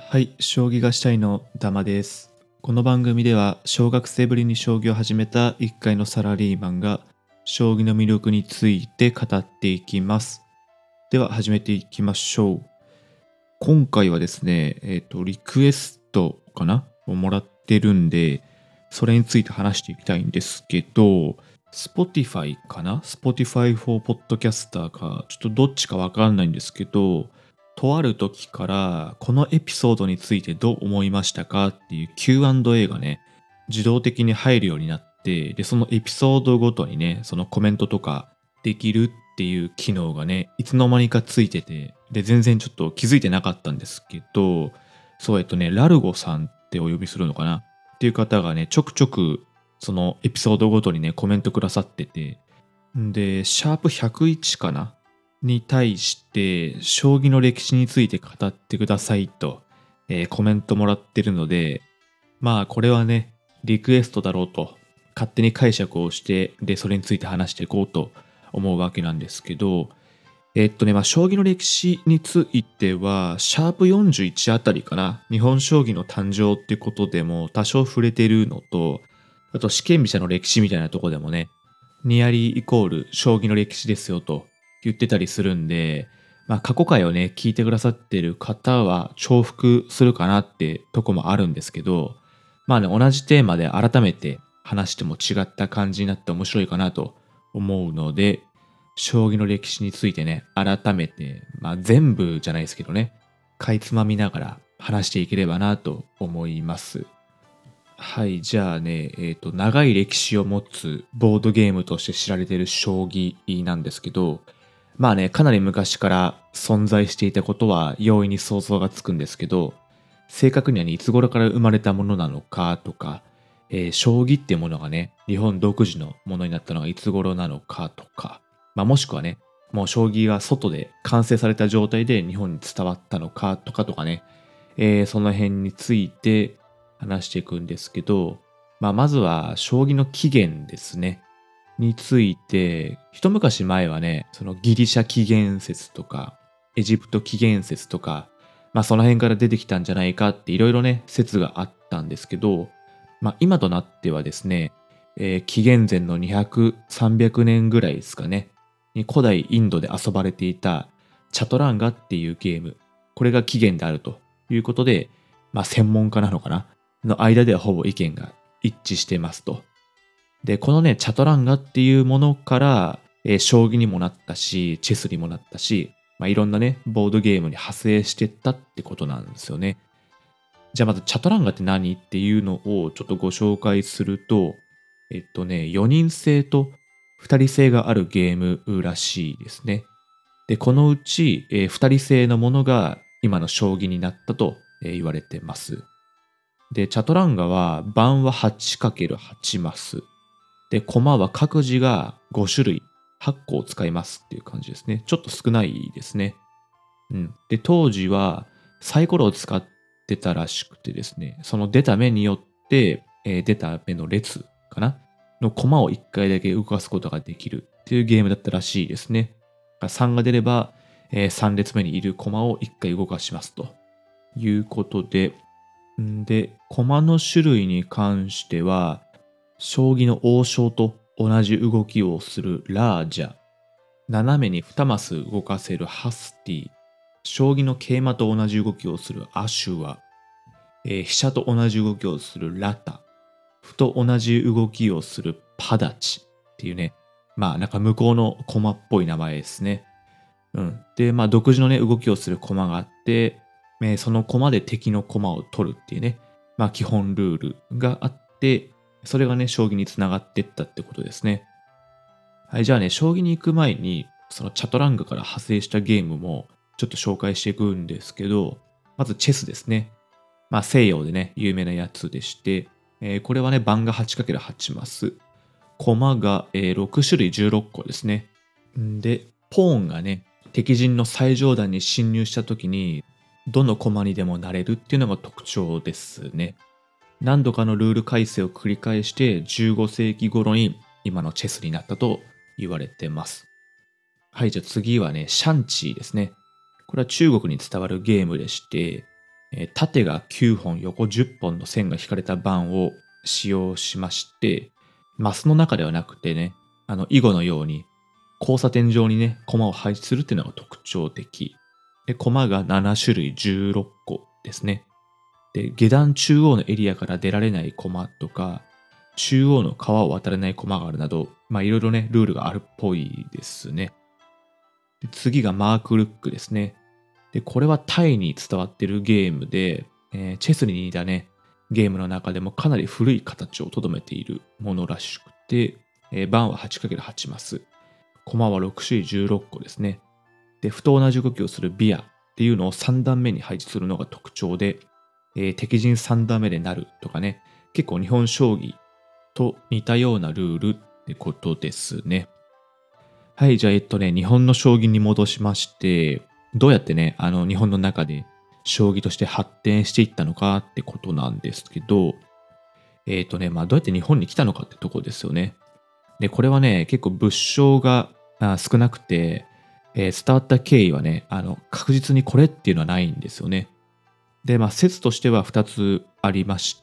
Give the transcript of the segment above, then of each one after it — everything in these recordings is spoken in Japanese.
はい、将棋がしたいのダマです。この番組では小学生ぶりに将棋を始めた一回のサラリーマンが将棋の魅力について語っていきます。では始めていきましょう。今回はですね、リクエストかなをもらってるんで、それについて話していきたいんですけど、Spotify かな ?Spotify for Podcaster か、ちょっとどっちかわかんないんですけど、とある時からこのエピソードについてどう思いましたかっていう Q&A がね、自動的に入るようになって、で、そのエピソードごとにね、そのコメントとかできるっていう機能がね、いつの間にかついてて、で、全然ちょっと気づいてなかったんですけど、そう、ラルゴさんってお呼びするのかなっていう方がね、ちょくちょくそのエピソードごとにね、コメントくださってて、で、シャープ101かなに対して、将棋の歴史について語ってくださいと、コメントもらってるので、まあこれはね、リクエストだろうと、勝手に解釈をして、で、それについて話していこうと思うわけなんですけど、将棋の歴史については、シャープ41あたりかな、日本将棋の誕生ってことでも多少触れてるのと、あと四間飛車の歴史みたいなとこでもね、ニアリーイコール将棋の歴史ですよと言ってたりするんで、まあ過去回をね、聞いてくださってる方は重複するかなってとこもあるんですけど、まあね、同じテーマで改めて話しても違った感じになって面白いかなと思うので、将棋の歴史についてね、改めて、まあ全部じゃないですけどね、かいつまみながら話していければなと思います。はい、じゃあね、長い歴史を持つボードゲームとして知られている将棋なんですけど、まあね、かなり昔から存在していたことは容易に想像がつくんですけど、正確にはね、いつ頃から生まれたものなのかとか、将棋っていうものがね、日本独自のものになったのがいつ頃なのかとか、まあもしくはね、もう将棋が外で完成された状態で日本に伝わったのかとかね、その辺について話していくんですけど、まあまずは将棋の起源ですね。について、一昔前はね、そのギリシャ起源説とか、エジプト起源説とか、まあその辺から出てきたんじゃないかっていろいろね、説があったんですけど、まあ今となってはですね、紀元前の200、300年ぐらいですかね、に古代インドで遊ばれていたチャトランガっていうゲーム、これが起源であるということで、まあ専門家なのかなの間ではほぼ意見が一致してますと。で、このね、チャトランガっていうものから、将棋にもなったし、チェスにもなったし、まあ、いろんなね、ボードゲームに派生してったってことなんですよね。じゃあまずチャトランガって何っていうのをちょっとご紹介すると、4人制と2人制があるゲームらしいですね。で、このうち、2人制のものが今の将棋になったと、言われてます。で、チャトランガは盤は 8×8 マス。で、駒は各自が5種類、8個を使いますっていう感じですね。ちょっと少ないですね。うん。で、当時はサイコロを使ってたらしくてですね、その出た目によって、出た目の列かなの駒を1回だけ動かすことができるっていうゲームだったらしいですね。3が出れば、3列目にいる駒を1回動かしますということで、で、駒の種類に関しては、将棋の王将と同じ動きをするラージャ、斜めに2マス動かせるハスティ、将棋の桂馬と同じ動きをするアシュワ、飛車と同じ動きをするラタ、歩と同じ動きをするパダチっていうね、まあなんか向こうの駒っぽい名前ですね。うん。で、まあ独自のね、動きをする駒があって、その駒で敵の駒を取るっていうね、まあ基本ルールがあって、それがね、将棋につながっていったってことですね。はい、じゃあね、将棋に行く前に、そのチャトランガから派生したゲームもちょっと紹介していくんですけど、まずチェスですね。まあ西洋でね、有名なやつでして、これはね、盤が 8×8 マス。駒が、6種類16個ですね。で、ポーンがね、敵陣の最上段に侵入した時に、どの駒にでもなれるっていうのが特徴ですね。何度かのルール改正を繰り返して15世紀頃に今のチェスになったと言われてます。はい、じゃあ次はね、シャンチーですね。これは中国に伝わるゲームでして、 縦が9本、横10本の線が引かれた盤を使用しまして、マスの中ではなくてね、囲碁のように交差点上にね、駒を配置するっていうのが特徴的。で、駒が7種類16個ですね。で、下段中央のエリアから出られない駒とか、中央の川を渡れない駒があるなど、いろいろね、ルールがあるっぽいですね。で、次がマークルックですね。で、これはタイに伝わってるゲームで、チェスに似たね、ゲームの中でもかなり古い形をとどめているものらしくて、盤は 8×8 マス。駒は6種類16個ですね。で、歩と同じ動きをするビアっていうのを3段目に配置するのが特徴で、敵陣3段目でなるとかね、結構日本将棋と似たようなルールってことですね。はい、じゃあ日本の将棋に戻しまして、どうやってね、日本の中で将棋として発展していったのかってことなんですけど、どうやって日本に来たのかってとこですよね。で、これはね、結構物証が少なくて、伝わった経緯はね、確実にこれっていうのはないんですよね。で、説としては2つありまして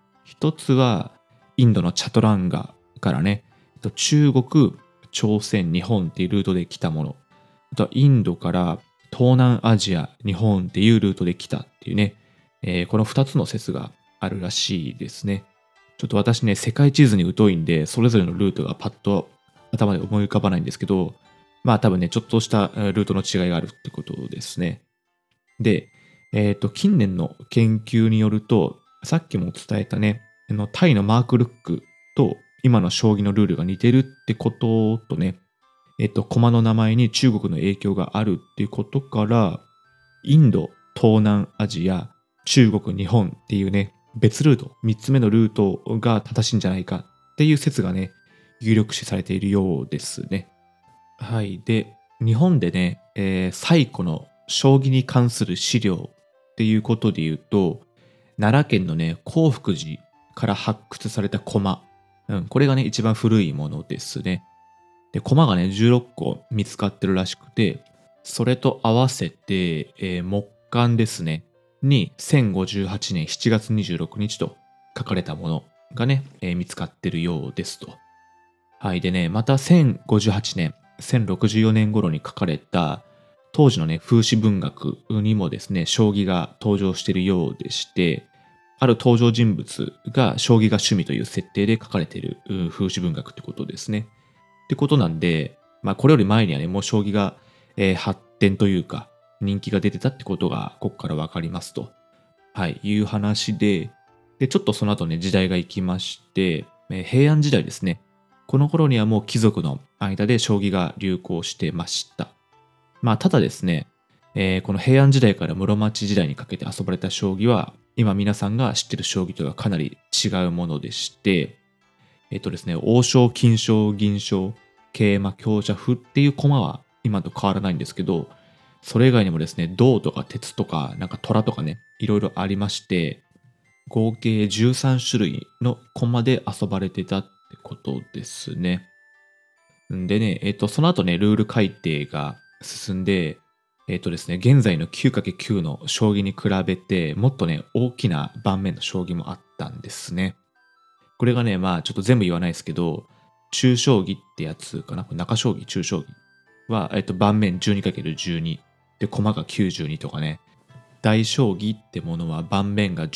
、1つはインドのチャトランガからね、中国、朝鮮、日本っていうルートで来たもの。あとはインドから東南アジア、日本っていうルートで来たっていうね、この2つの説があるらしいですね。ちょっと私ね、世界地図に疎いんで、それぞれのルートがパッと頭で思い浮かばないんですけど、多分ね、ちょっとしたルートの違いがあるってことですね。で、近年の研究によると、さっきも伝えたね、タイのマークルックと今の将棋のルールが似てるってこととね、駒の名前に中国の影響があるっていうことから、インド、東南アジア、中国、日本っていうね、別ルート、3つ目のルートが正しいんじゃないかっていう説がね、有力視されているようですね。はい。で、日本でね、最古の将棋に関する資料っていうことで言うと、奈良県のね、興福寺から発掘された駒。これがね、一番古いものですね。で、駒がね、16個見つかってるらしくて、それと合わせて、木簡ですね、に1058年7月26日と書かれたものがね、見つかってるようですと。はい。でね、また1058年、1064年頃に書かれた当時のね、風刺文学にもですね、将棋が登場しているようでして、ある登場人物が将棋が趣味という設定で書かれている風刺文学ってことですね。ってことなんで、これより前にはね、もう将棋が、発展というか、人気が出てたってことが、ここからわかりますと。はい、いう話で、で、ちょっとその後ね、時代が行きまして、平安時代ですね。この頃にはもう貴族の間で将棋が流行してました。ただですね、この平安時代から室町時代にかけて遊ばれた将棋は、今皆さんが知ってる将棋とはかなり違うものでして、ですね、王将、金将、銀将、桂馬、香車、歩っていう駒は今と変わらないんですけど、それ以外にもですね、銅とか鉄とか、なんか虎とかね、いろいろありまして、合計13種類の駒で遊ばれてたってことですね。でね、その後ね、ルール改定が進んで、ですね、現在の 9×9 の将棋に比べて、もっとね、大きな盤面の将棋もあったんですね。これがね、ちょっと全部言わないですけど、中将棋ってやつかな、中将棋、中将棋は、盤面 12×12 で、駒が92とかね、大将棋ってものは盤面が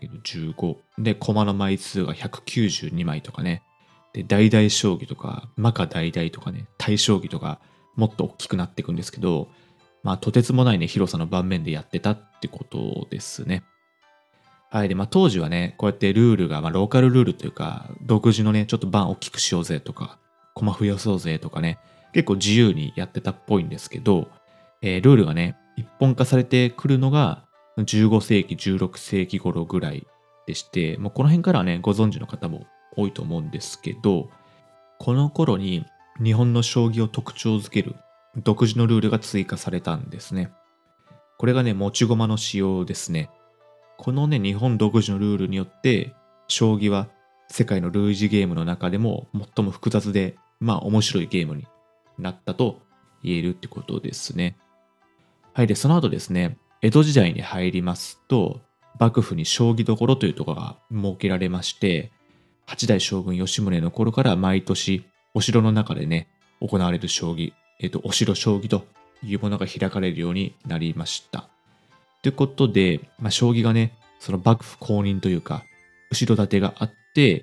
15×15 で、駒の枚数が192枚とかね、で、大々将棋とか、摩訶大々とかね、大将棋とか、もっと大きくなっていくんですけど、とてつもないね、広さの盤面でやってたってことですね。はい。で、当時はね、こうやってルールが、ローカルルールというか、独自のね、ちょっと盤大きくしようぜとか、駒増やそうぜとかね、結構自由にやってたっぽいんですけど、ルールがね、一本化されてくるのが、15世紀、16世紀頃ぐらいでして、もうこの辺からはね、ご存知の方も多いと思うんですけど、この頃に日本の将棋を特徴づける独自のルールが追加されたんですね。これがね、持ち駒の使用ですね。このね、日本独自のルールによって、将棋は世界の類似ゲームの中でも最も複雑で、面白いゲームになったと言えるってことですね。はい。で、その後ですね、 江戸時代に入りますと、幕府に将棋所というところが設けられまして、八代将軍吉宗の頃から毎年お城の中でね、行われる将棋、お城将棋というものが開かれるようになりました。ということで、将棋がね、その幕府公認というか、後ろ盾があって、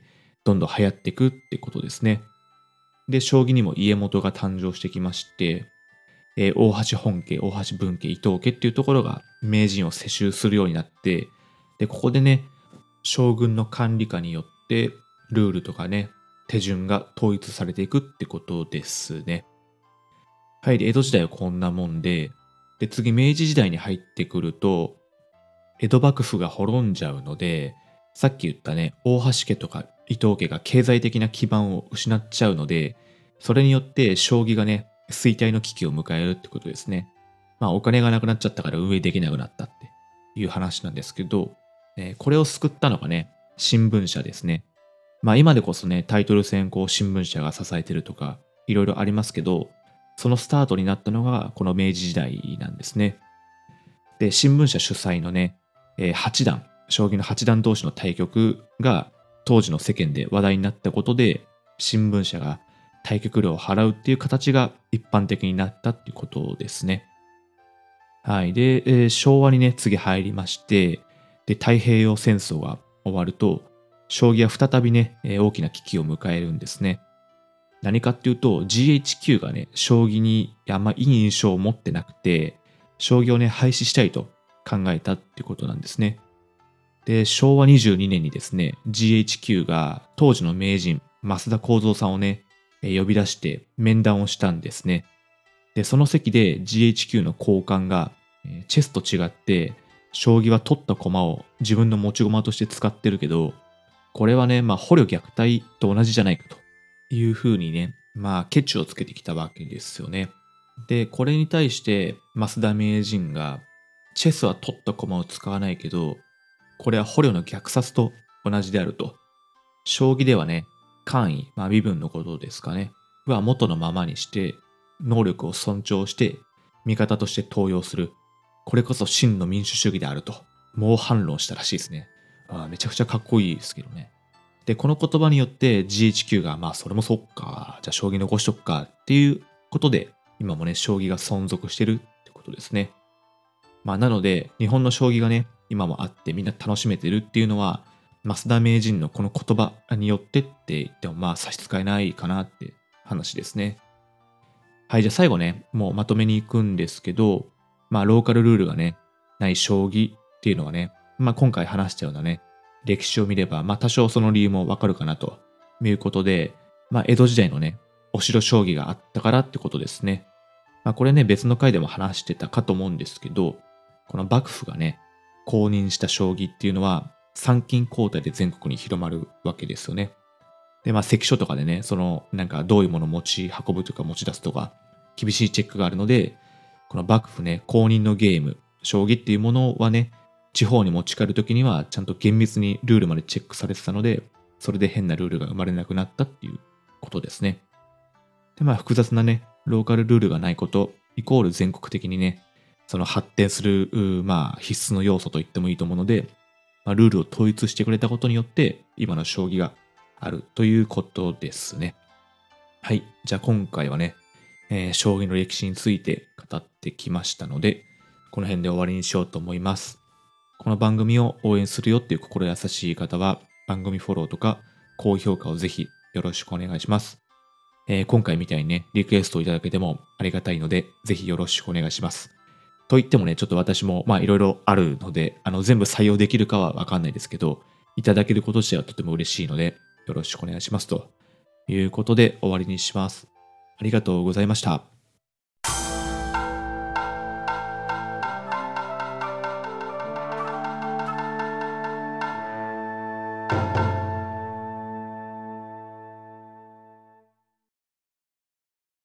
どんどん流行っていくってことですね。で、将棋にも家元が誕生してきまして、大橋本家、大橋分家、伊藤家っていうところが名人を世襲するようになって、で、ここでね、将軍の管理下によって、ルールとかね、手順が統一されていくってことですね。はい、で江戸時代はこんなもんで、次明治時代に入ってくると、江戸幕府が滅んじゃうので、さっき言ったね、大橋家とか伊藤家が経済的な基盤を失っちゃうので、それによって将棋がね、衰退の危機を迎えるってことですね。お金がなくなっちゃったから運営できなくなったっていう話なんですけど、これを救ったのがね、新聞社ですね。今でこそね、タイトル戦新聞社が支えてるとか、いろいろありますけど、そのスタートになったのがこの明治時代なんですね。で、新聞社主催のね、八段、将棋の八段同士の対局が当時の世間で話題になったことで、新聞社が対局料を払うっていう形が一般的になったっていうことですね。はい。で、昭和にね、次入りまして、で、太平洋戦争が終わると、将棋は再びね、大きな危機を迎えるんですね。何かっていうと、GHQ がね、将棋にあんまいい印象を持ってなくて、将棋をね、廃止したいと考えたっていうことなんですね。で、昭和22年にですね、GHQ が当時の名人、増田幸三さんをね、呼び出して面談をしたんですね。で、その席で GHQ の高官が、チェスと違って、将棋は取った駒を自分の持ち駒として使ってるけど、これはね、捕虜虐待と同じじゃないかというふうにね、ケチをつけてきたわけですよね。で、これに対して増田名人が、チェスは取った駒を使わないけど、これは捕虜の虐殺と同じであると。将棋ではね、官位、身分のことですかね、は元のままにして、能力を尊重して、味方として登用する。これこそ真の民主主義であると、猛反論したらしいですね。めちゃくちゃかっこいいですけどね。で、この言葉によって GHQ が、それもそっか、じゃあ将棋残しとくかっていうことで、今もね、将棋が存続してるってことですね。なので、日本の将棋がね、今もあってみんな楽しめてるっていうのは、増田名人のこの言葉によってって言っても差し支えないかなって話ですね。はい、じゃあ最後ね、もうまとめに行くんですけど、ローカルルールがね、ない将棋っていうのはね、今回話したようなね、歴史を見れば、多少その理由もわかるかなということで、江戸時代のね、お城将棋があったからってことですね。これね、別の回でも話してたかと思うんですけど、この幕府がね、公認した将棋っていうのは、参勤交代で全国に広まるわけですよね。で、関所とかでね、どういうものを持ち運ぶとか持ち出すとか、厳しいチェックがあるので、この幕府ね、公認のゲーム、将棋っていうものはね、地方に持ち帰るときにはちゃんと厳密にルールまでチェックされてたので、それで変なルールが生まれなくなったっていうことですね。で、複雑なね、ローカルルールがないこと、イコール全国的にね、その発展する、必須の要素と言ってもいいと思うので、ルールを統一してくれたことによって、今の将棋があるということですね。はい。じゃあ今回はね、将棋の歴史について語ってきましたので、この辺で終わりにしようと思います。この番組を応援するよっていう心優しい方は、番組フォローとか高評価をぜひよろしくお願いします。今回みたいにね、リクエストをいただけてもありがたいので、ぜひよろしくお願いします。と言ってもね、ちょっと私もいろいろあるので、全部採用できるかはわかんないですけど、いただけること自体はとても嬉しいので、よろしくお願いしますということで終わりにします。ありがとうございました。